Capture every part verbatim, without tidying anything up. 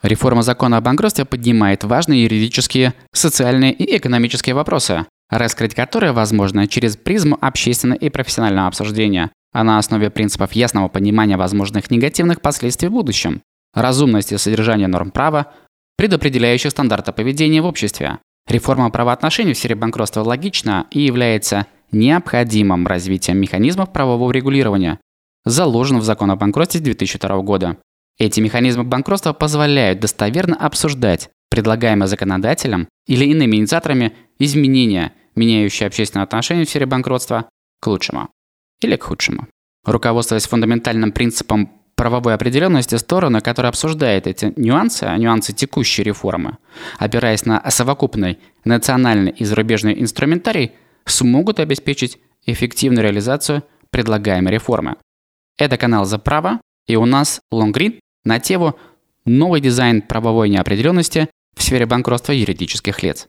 Реформа закона о банкротстве поднимает важные юридические, социальные и экономические вопросы, раскрыть которые возможно через призму общественного и профессионального обсуждения, а на основе принципов ясного понимания возможных негативных последствий в будущем, разумности содержания норм права, предопределяющих стандарты поведения в обществе. Реформа правоотношений в сфере банкротства логична и является необходимым развитием механизмов правового регулирования, заложенных в закон о банкротстве две тысячи второго года. Эти механизмы банкротства позволяют достоверно обсуждать предлагаемые законодателем или иными инициаторами изменения, меняющие общественные отношения в сфере банкротства к лучшему или к худшему. Руководствуясь фундаментальным принципом правовой определенности, стороны, которые обсуждают эти нюансы, нюансы текущей реформы, опираясь на совокупный национальный и зарубежный инструментарий, смогут обеспечить эффективную реализацию предлагаемой реформы. Это канал «За право», и у нас лонгрид на тему «Новый дизайн правовой неопределенности в сфере банкротства юридических лиц».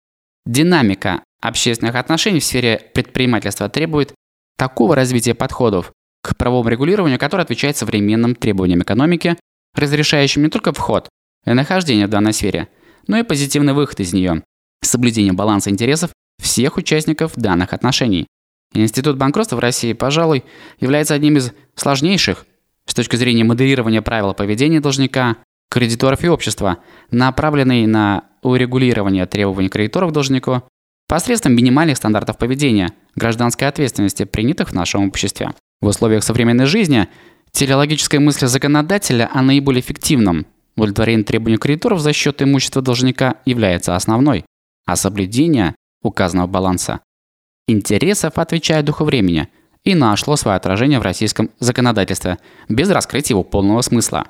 Динамика общественных отношений в сфере предпринимательства требует такого развития подходов к правовому регулированию, которое отвечает современным требованиям экономики, разрешающим не только вход и нахождение в данной сфере, но и позитивный выход из нее, соблюдение баланса интересов всех участников данных отношений. Институт банкротства в России, пожалуй, является одним из сложнейших с точки зрения моделирования правил поведения должника, кредиторов и общества, направленный на урегулирование требований кредиторов к должнику посредством минимальных стандартов поведения, гражданской ответственности, принятых в нашем обществе. В условиях современной жизни телеологическая мысль законодателя о наиболее эффективном удовлетворении требований кредиторов за счет имущества должника является основной, а соблюдение указанного баланса интересов отвечает духу времени и нашло свое отражение в российском законодательстве без раскрытия его полного смысла.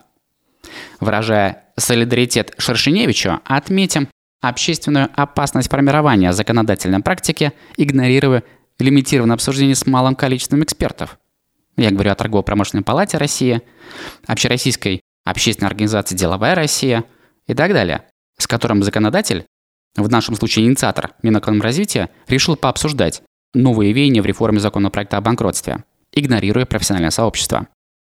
Выражая солидаритет Шершеневичу, отметим общественную опасность формирования законодательной практики, игнорируя лимитированное обсуждение с малым количеством экспертов. Я говорю о Торгово-промышленной палате России, Общероссийской общественной организации «Деловая Россия» и так далее, с которым законодатель, в нашем случае инициатор Минэкономразвития, решил пообсуждать новые веяния в реформе законопроекта о банкротстве, игнорируя профессиональное сообщество.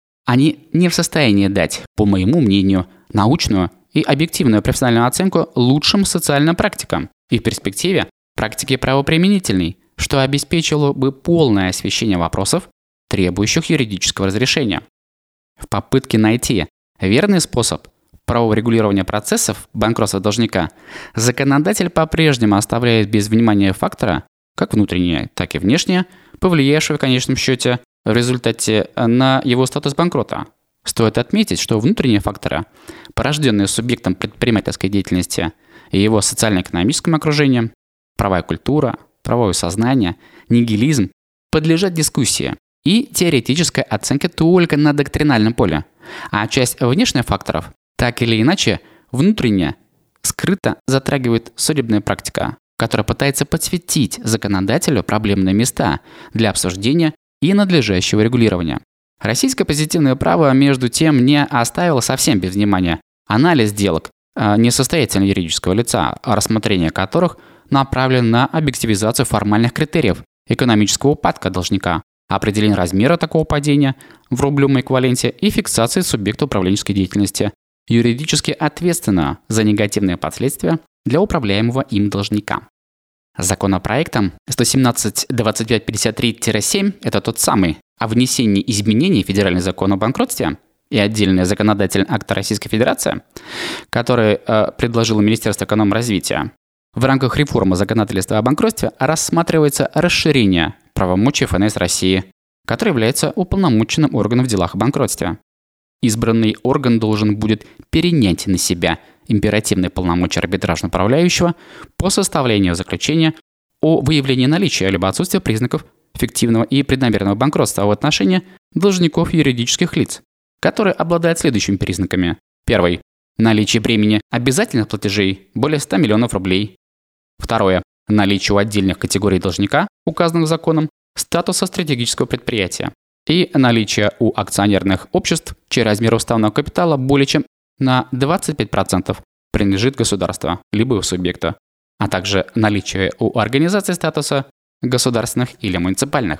Они не в состоянии дать, по моему мнению, научную и объективную профессиональную оценку лучшим социальным практикам и в перспективе практике правоприменительной, что обеспечило бы полное освещение вопросов, требующих юридического разрешения. В попытке найти верный способ правового регулирования процессов банкротства должника, законодатель по-прежнему оставляет без внимания фактора, как внутреннее, так и внешнее, повлиявшего в конечном счете в результате на его статус банкрота. Стоит отметить, что внутренние факторы, порожденные субъектом предпринимательской деятельности и его социально-экономическим окружением, права и культура, правовое сознание, нигилизм, подлежат дискуссии и теоретической оценке только на доктринальном поле, а часть внешних факторов, так или иначе, внутренне, скрыто затрагивает судебная практика, которая пытается подсветить законодателю проблемные места для обсуждения и надлежащего регулирования. Российское позитивное право, между тем, не оставило совсем без внимания анализ сделок несостоятельного юридического лица, рассмотрение которых направлено на объективизацию формальных критериев экономического упадка должника, определение размера такого падения в рублевом эквиваленте и фиксации субъекта управленческой деятельности, юридически ответственного за негативные последствия для управляемого им должника. Законопроектом сто семнадцать двадцать пять пятьдесят три семь, это тот самый о внесении изменений в Федеральный закон о банкротстве и отдельный законодательный акт Российской Федерации, который э, предложило Министерство экономразвития, в рамках реформы законодательства о банкротстве рассматривается расширение правомочий эф эн эс России, который является уполномоченным органом в делах о банкротстве. Избранный орган должен будет перенять на себя императивные полномочия арбитражного управляющего по составлению заключения о выявлении наличия либо отсутствия признаков фиктивного и преднамеренного банкротства в отношении должников юридических лиц, которые обладают следующими признаками. Первый. Наличие бремени обязательных платежей более ста миллионов рублей. Второе. Наличие у отдельных категорий должника, указанных законом, статуса стратегического предприятия. И наличие у акционерных обществ, чей размер уставного капитала более чем на двадцать пять процентов принадлежит государству, либо у субъекта, а также наличие у организаций статуса государственных или муниципальных.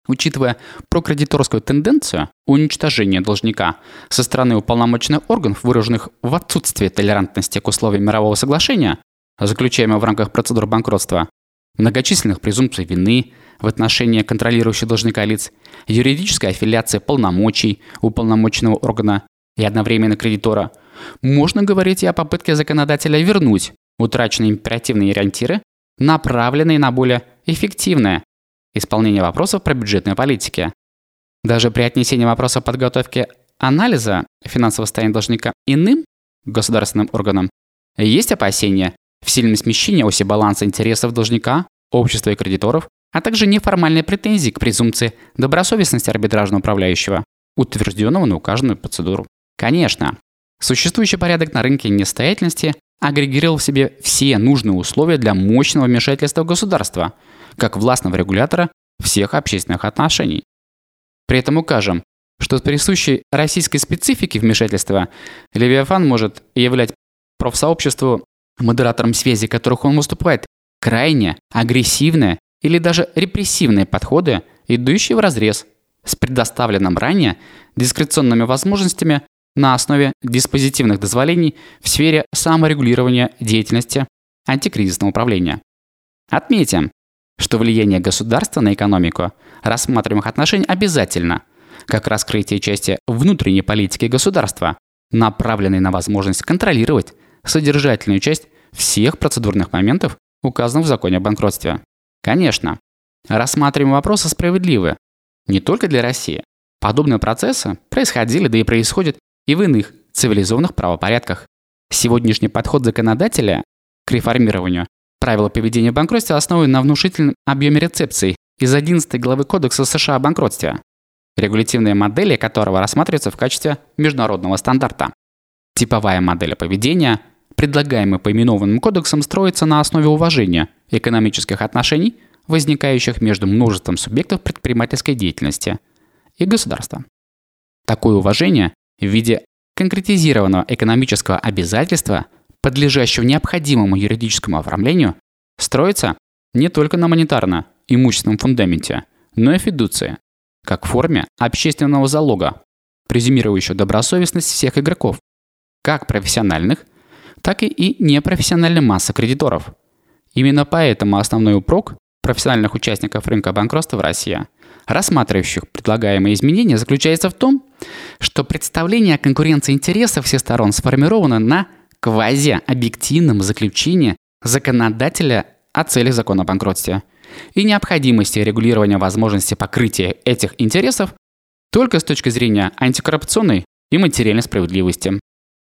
Учитывая прокредиторскую тенденцию уничтожения должника со стороны уполномоченных органов, выраженных в отсутствии толерантности к условиям мирового соглашения, заключаемого в рамках процедур банкротства, многочисленных презумпций вины в отношении контролирующих должника лиц, юридической аффилиации полномочий уполномоченного органа и одновременно кредитора, можно говорить и о попытке законодателя вернуть утраченные императивные ориентиры, направленные на более эффективное исполнение вопросов про бюджетной политики. Даже при отнесении вопроса подготовки анализа финансового состояния должника иным государственным органам есть опасения в сильном смещении оси баланса интересов должника, общества и кредиторов, а также неформальные претензии к презумпции добросовестности арбитражного управляющего, утвержденного на указанную процедуру. Конечно, существующий порядок на рынке несостоятельности агрегировал в себе все нужные условия для мощного вмешательства государства, как властного регулятора всех общественных отношений. При этом укажем, что с присущей российской специфике вмешательства Левиафан может являть профсообществу, модератором связи которых он выступает, крайне агрессивные или даже репрессивные подходы, идущие вразрез с предоставленным ранее дискреционными возможностями на основе диспозитивных дозволений в сфере саморегулирования деятельности антикризисного управления. Отметим, что влияние государства на экономику рассматриваемых отношений обязательно, как раскрытие части внутренней политики государства, направленной на возможность контролировать содержательную часть всех процедурных моментов, указанных в законе о банкротстве. Конечно, рассматриваемые вопросы справедливы не только для России. Подобные процессы происходили, да и происходят и в иных цивилизованных правопорядках. Сегодняшний подход законодателя к реформированию правил поведения в банкротстве основан на внушительном объеме рецепций из одиннадцатой главы Кодекса США о банкротстве, регулятивные модели которого рассматриваются в качестве международного стандарта. Типовая модель поведения, предлагаемая поименованным кодексом, строится на основе уважения экономических отношений, возникающих между множеством субъектов предпринимательской деятельности и государства. Такое уважение в виде конкретизированного экономического обязательства, подлежащего необходимому юридическому оформлению, строится не только на монетарно-имущественном фундаменте, но и фидуции, как форме общественного залога, презюмирующего добросовестность всех игроков, как профессиональных, так и непрофессиональной массы кредиторов. Именно поэтому основной упрек профессиональных участников рынка банкротства в России, рассматривающих предлагаемые изменения, заключается в том, что представление о конкуренции интересов всех сторон сформировано на квазиобъективном заключении законодателя о целях закона о банкротстве и необходимости регулирования возможности покрытия этих интересов только с точки зрения антикоррупционной и материальной справедливости.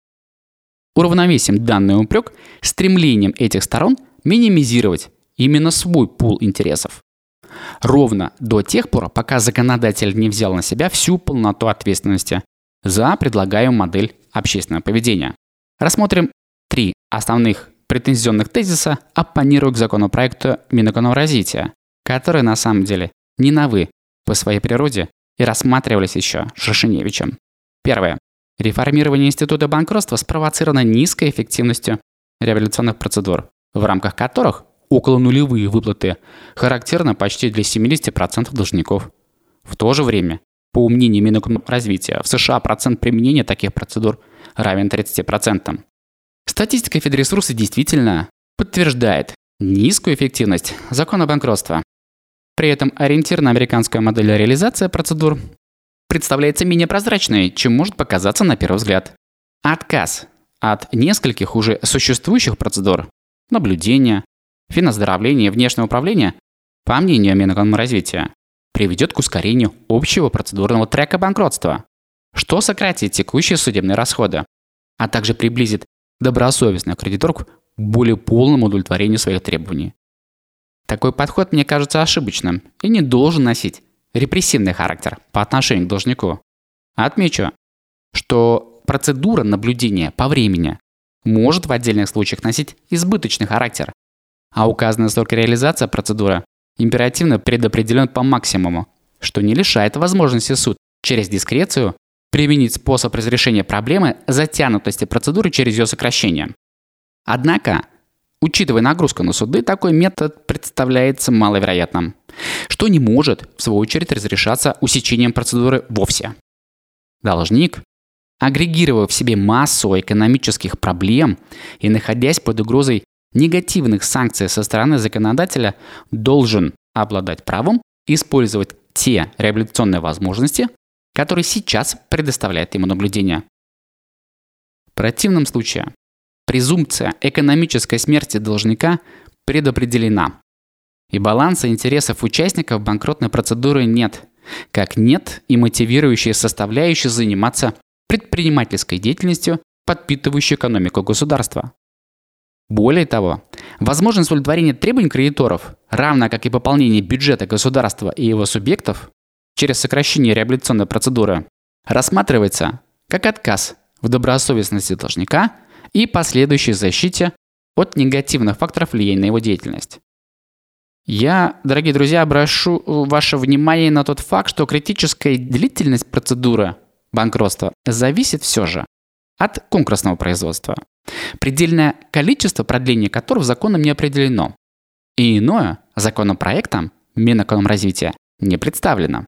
Уравновесим данный упрек стремлением этих сторон минимизировать именно свой пул интересов. Ровно до тех пор, пока законодатель не взял на себя всю полноту ответственности за предлагаемую модель общественного поведения. Рассмотрим три основных претензионных тезиса, оппонируя к законопроекту Минэкономразвития, которые на самом деле не новы по своей природе и рассматривались еще Шершеневичем. Первое. Реформирование института банкротства спровоцировано низкой эффективностью реабилитационных процедур, в рамках которых около нулевые выплаты характерны почти для семьдесят процентов должников. В то же время, по мнению Минэкономразвития, в США процент применения таких процедур равен тридцати процентам. Статистика Федресурса действительно подтверждает низкую эффективность закона банкротства. При этом ориентир на американскую модель реализации процедур представляется менее прозрачной, чем может показаться на первый взгляд. Отказ от нескольких уже существующих процедур – наблюдения, финоздоровления и внешнего управления, по мнению Минэкономразвития, приведет к ускорению общего процедурного трека банкротства, что сократит текущие судебные расходы, а также приблизит добросовестных кредиторов к более полному удовлетворению своих требований. Такой подход мне кажется ошибочным и не должен носить репрессивный характер по отношению к должнику. Отмечу, что процедура наблюдения по времени может в отдельных случаях носить избыточный характер, а указанная срок реализации процедуры императивно предопределен по максимуму, что не лишает возможности суд через дискрецию применить способ разрешения проблемы затянутости процедуры через ее сокращение. Однако, Учитывая нагрузку на суды, такой метод представляется маловероятным, что не может, в свою очередь, разрешаться усечением процедуры вовсе. Должник, агрегировав в себе массу экономических проблем и находясь под угрозой негативных санкций со стороны законодателя, должен обладать правом использовать те реабилитационные возможности, которые сейчас предоставляет ему наблюдение. В противном случае презумпция экономической смерти должника предопределена, и баланса интересов участников банкротной процедуры нет, как нет и мотивирующей составляющей заниматься предпринимательской деятельностью, подпитывающей экономику государства. Более того, возможность удовлетворения требований кредиторов, равно как и пополнение бюджета государства и его субъектов через сокращение реабилитационной процедуры, рассматривается как отказ в добросовестности должника и последующей защите от негативных факторов влияния на его деятельность. Я, дорогие друзья, обращу ваше внимание на тот факт, что критическая длительность процедуры банкротства зависит все же от конкурсного производства, предельное количество продления которого законом не определено, и иное законопроектом Минэкономразвития не представлено.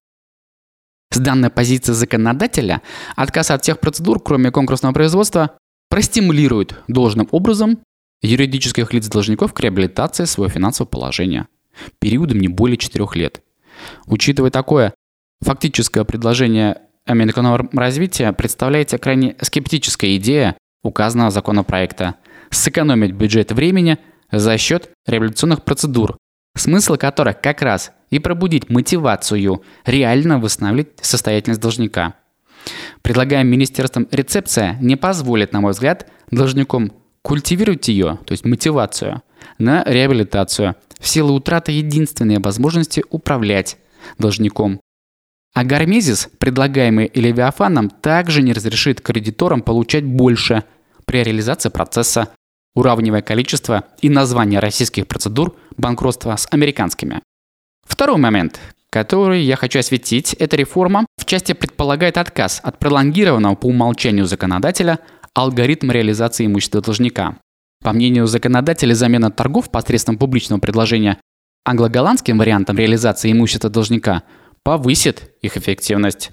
С данной позиции законодателя отказ от всех процедур, кроме конкурсного производства, простимулирует должным образом юридических лиц-должников к реабилитации своего финансового положения периодом не более четырех лет. Учитывая такое фактическое предложение Минэкономразвития, представляется крайне скептическая идея указанного законопроекта сэкономить бюджет времени за счет реабилитационных процедур, смысл которых как раз и пробудить мотивацию реально восстановить состоятельность должника. Предлагаемая министерством рецепция не позволит, на мой взгляд, должникам культивировать ее, то есть мотивацию, на реабилитацию в силу утраты единственной возможности управлять должником. А гармезис, предлагаемый Левиафаном, также не разрешит кредиторам получать больше при реализации процесса, уравнивая количество и название российских процедур банкротства с американскими. Второй момент, который я хочу осветить, эта реформа в части предполагает отказ от пролонгированного по умолчанию законодателя алгоритма реализации имущества должника. По мнению законодателя, замена торгов посредством публичного предложения англо-голландским вариантом реализации имущества должника повысит их эффективность,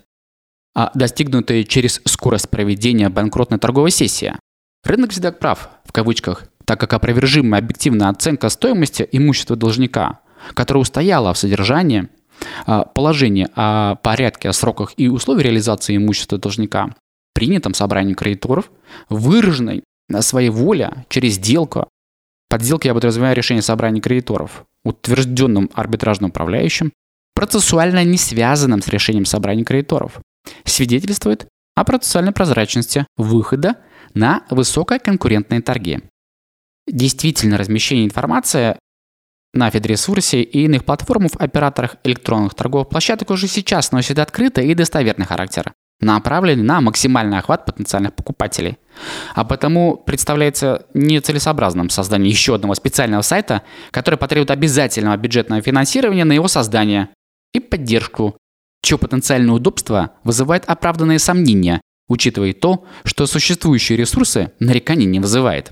а достигнутая через скорость проведения банкротной торговой сессии. Рынок всегда прав, в кавычках, так как опровержимая объективная оценка стоимости имущества должника, которая устояла в содержании, положении о порядке, о сроках и условиях реализации имущества должника, принятом собранием кредиторов, выраженной на своей воле через сделку. Под сделкой я подразумеваю решение собрания кредиторов, утвержденным арбитражным управляющим, процессуально не связанным с решением собрания кредиторов, свидетельствует о процессуальной прозрачности выхода на высококонкурентные торги. Действительно, размещение информации на Федресурсе и иных платформах, операторах электронных торговых площадок уже сейчас носит открытый и достоверный характер, направленный на максимальный охват потенциальных покупателей. А потому представляется нецелесообразным создание еще одного специального сайта, который потребует обязательного бюджетного финансирования на его создание и поддержку, чье потенциальное удобство вызывает оправданные сомнения, учитывая то, что существующие ресурсы нареканий не вызывает.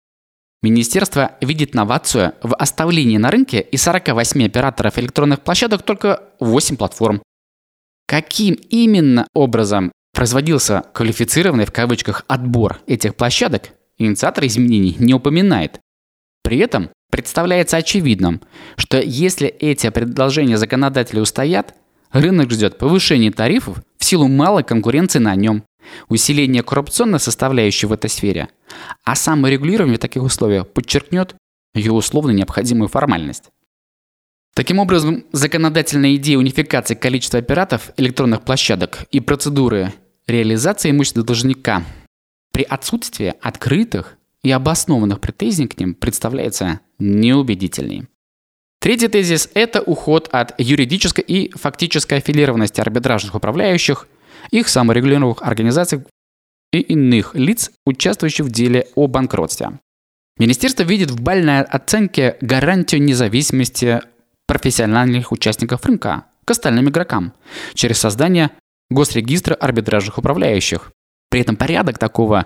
Министерство видит новацию в оставлении на рынке из сорока восьми операторов электронных площадок только восемь платформ. Каким именно образом производился квалифицированный в кавычках отбор этих площадок, инициатор изменений не упоминает. При этом представляется очевидным, что если эти предложения законодателя устоят, рынок ждет повышения тарифов в силу малой конкуренции на нем, усиление коррупционной составляющей в этой сфере, а саморегулирование в таких условиях подчеркнет ее условно необходимую формальность. Таким образом, законодательная идея унификации количества операторов электронных площадок и процедуры реализации имущества должника при отсутствии открытых и обоснованных претензий к ним представляется неубедительной. Третий тезис – это уход от юридической и фактической аффилированности арбитражных управляющих, их саморегулируемых организаций и иных лиц, участвующих в деле о банкротстве. Министерство видит в бальной оценке гарантию независимости профессиональных участников рынка к остальным игрокам через создание госрегистра арбитражных управляющих. При этом порядок такого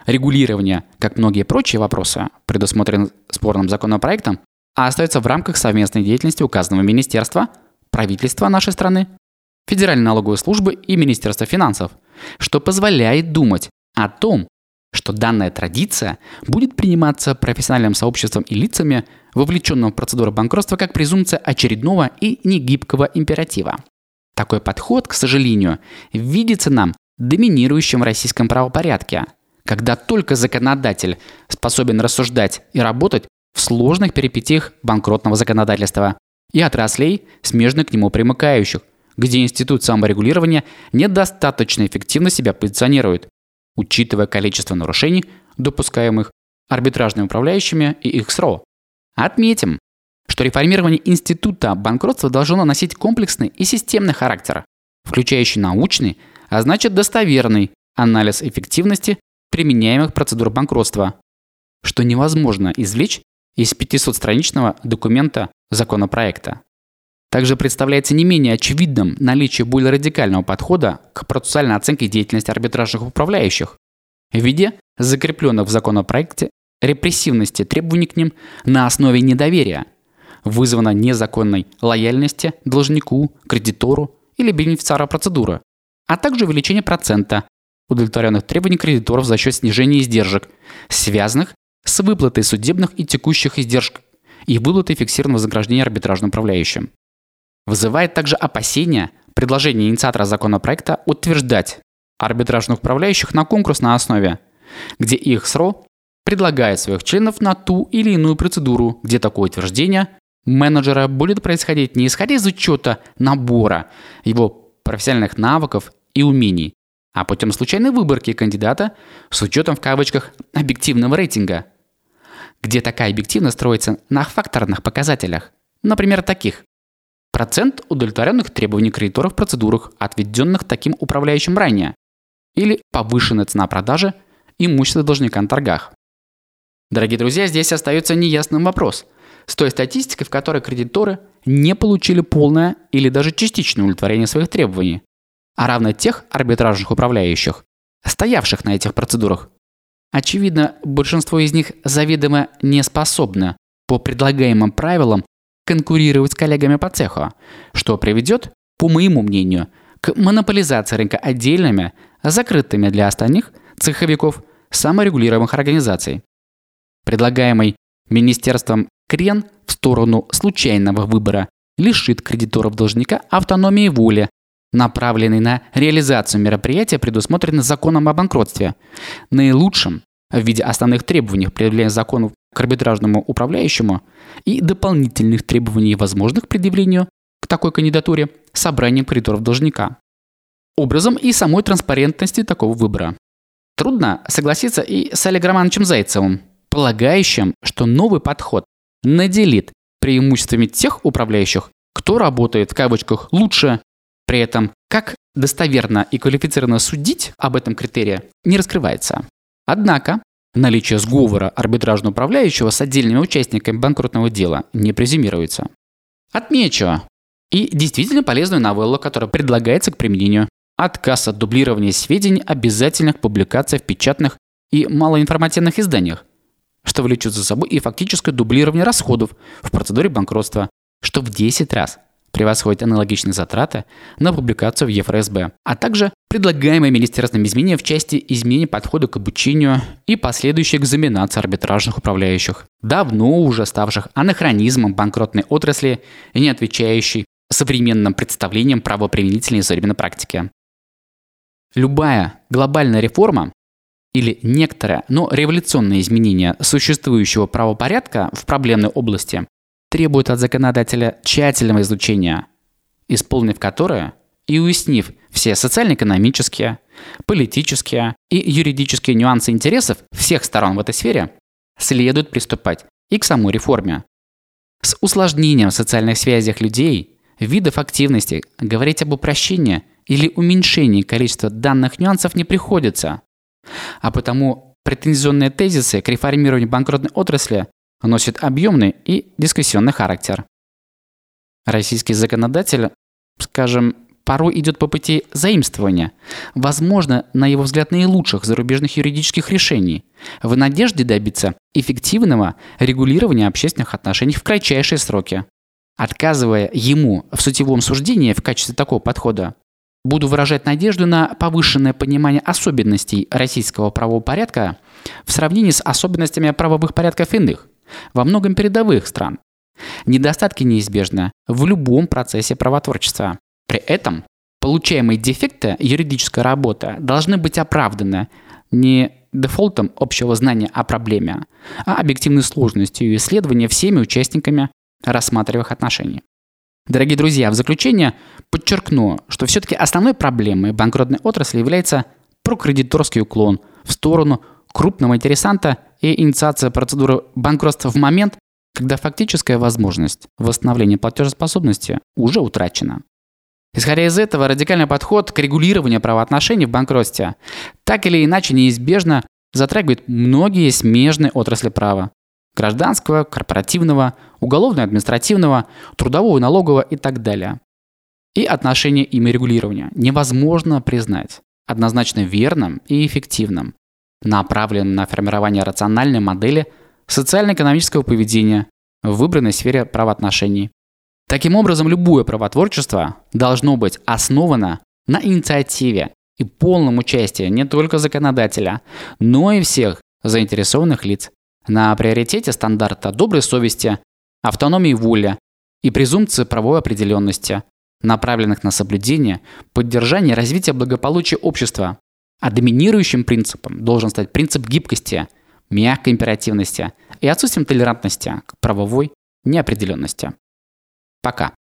регулирование, как многие прочие вопросы, предусмотренные спорным законопроектом, а остается в рамках совместной деятельности указанного министерства, правительства нашей страны, Федеральной налоговой службы и Министерства финансов, что позволяет думать о том, что данная традиция будет приниматься профессиональным сообществом и лицами, вовлеченным в процедуру банкротства, как презумпция очередного и негибкого императива. Такой подход, к сожалению, видится нам доминирующим в российском правопорядке, когда только законодатель способен рассуждать и работать в сложных перипетиях банкротного законодательства и отраслей, смежно к нему примыкающих, где институт саморегулирования недостаточно эффективно себя позиционирует, учитывая количество нарушений, допускаемых арбитражными управляющими и их СРО. Отметим, что реформирование института банкротства должно носить комплексный и системный характер, включающий научный, а значит достоверный анализ эффективности применяемых процедур банкротства, что невозможно извлечь из пятисотстраничного документа законопроекта. Также представляется не менее очевидным наличие более радикального подхода к процессуальной оценке деятельности арбитражных управляющих в виде закрепленных в законопроекте репрессивности требований к ним на основе недоверия, вызвано незаконной лояльности должнику, кредитору или бенефициару процедуры, а также увеличение процента удовлетворенных требований кредиторов за счет снижения издержек, связанных с выплатой судебных и текущих издержек и выплатой фиксированного вознаграждения арбитражным управляющим. Вызывает также опасения предложение инициатора законопроекта утверждать арбитражных управляющих на конкурсной основе, где их СРО предлагает своих членов на ту или иную процедуру, где такое утверждение менеджера будет происходить не исходя из учета набора его профессиональных навыков и умений, а путем случайной выборки кандидата с учетом в кавычках объективного рейтинга, где такая объективность строится на факторных показателях, например, таких: процент удовлетворенных требований кредиторов в процедурах, отведенных таким управляющим ранее, или повышенная цена продажи имущества должника на торгах. Дорогие друзья, здесь остается неясным вопрос с той статистикой, в которой кредиторы не получили полное или даже частичное удовлетворение своих требований, а равно тех арбитражных управляющих, стоявших на этих процедурах. Очевидно, большинство из них заведомо не способны по предлагаемым правилам конкурировать с коллегами по цеху, что приведет, по моему мнению, к монополизации рынка отдельными, закрытыми для остальных цеховиков саморегулируемых организаций. Предлагаемый министерством крен в сторону случайного выбора лишит кредиторов должника автономии воли, направленной на реализацию мероприятия, предусмотренных законом о банкротстве, наилучшим в виде основных требований предъявления законов к арбитражному управляющему и дополнительных требований, возможных к предъявлению к такой кандидатуре собранием кредиторов должника. Образом и самой транспарентности такого выбора. Трудно согласиться и с Олегом Романовичем Зайцевым, полагающим, что новый подход наделит преимуществами тех управляющих, кто работает в кавычках лучше, при этом как достоверно и квалифицированно судить об этом критерии не раскрывается. Однако наличие сговора арбитражного управляющего с отдельными участниками банкротного дела не презюмируется. Отмечу и действительно полезную новеллу, которая предлагается к применению: отказ от дублирования сведений, обязательных публикаций в печатных и малоинформативных изданиях, что влечет за собой и фактическое дублирование расходов в процедуре банкротства, что в десять раз превосходит аналогичные затраты на публикацию в Е Ф Р С Б, а также предлагаемые министерством изменения в части изменения подхода к обучению и последующей экзаменации арбитражных управляющих, давно уже ставших анахронизмом банкротной отрасли и не отвечающей современным представлениям правоприменительной и судебной практики. Любая глобальная реформа или некоторое, но революционное изменение существующего правопорядка в проблемной области требует от законодателя тщательного изучения, исполнив которое и уяснив все социально-экономические, политические и юридические нюансы интересов всех сторон в этой сфере, следует приступать и к самой реформе. С усложнением в социальных связях людей, видов активности говорить об упрощении или уменьшении количества данных нюансов не приходится, а потому претензионные тезисы к реформированию банкротной отрасли носит объемный и дискуссионный характер. Российский законодатель, скажем, порой идет по пути заимствования, возможно, на его взгляд, наилучших зарубежных юридических решений, в надежде добиться эффективного регулирования общественных отношений в кратчайшие сроки. Отказывая ему в сутевом суждении в качестве такого подхода, буду выражать надежду на повышенное понимание особенностей российского правового порядка в сравнении с особенностями правовых порядков иных, во многом передовых стран. Недостатки неизбежны в любом процессе правотворчества. При этом получаемые дефекты юридической работы должны быть оправданы не дефолтом общего знания о проблеме, а объективной сложностью исследования всеми участниками рассматриваемых отношений. Дорогие друзья, в заключение подчеркну, что все-таки основной проблемой банкротной отрасли является прокредиторский уклон в сторону крупного интересанта и инициация процедуры банкротства в момент, когда фактическая возможность восстановления платежеспособности уже утрачена. Исходя из этого, радикальный подход к регулированию правоотношений в банкротстве так или иначе неизбежно затрагивает многие смежные отрасли права: гражданского, корпоративного, уголовно-административного, трудового, налогового и так далее. И отношение ими регулирования невозможно признать однозначно верным и эффективным, направленным на формирование рациональной модели социально-экономического поведения в выбранной сфере правоотношений. Таким образом, любое правотворчество должно быть основано на инициативе и полном участии не только законодателя, но и всех заинтересованных лиц, на приоритете стандарта доброй совести, автономии воли и презумпции правовой определенности, направленных на соблюдение, поддержание и развитие благополучия общества. А доминирующим принципом должен стать принцип гибкости, мягкой императивности и отсутствием толерантности к правовой неопределенности. Пока.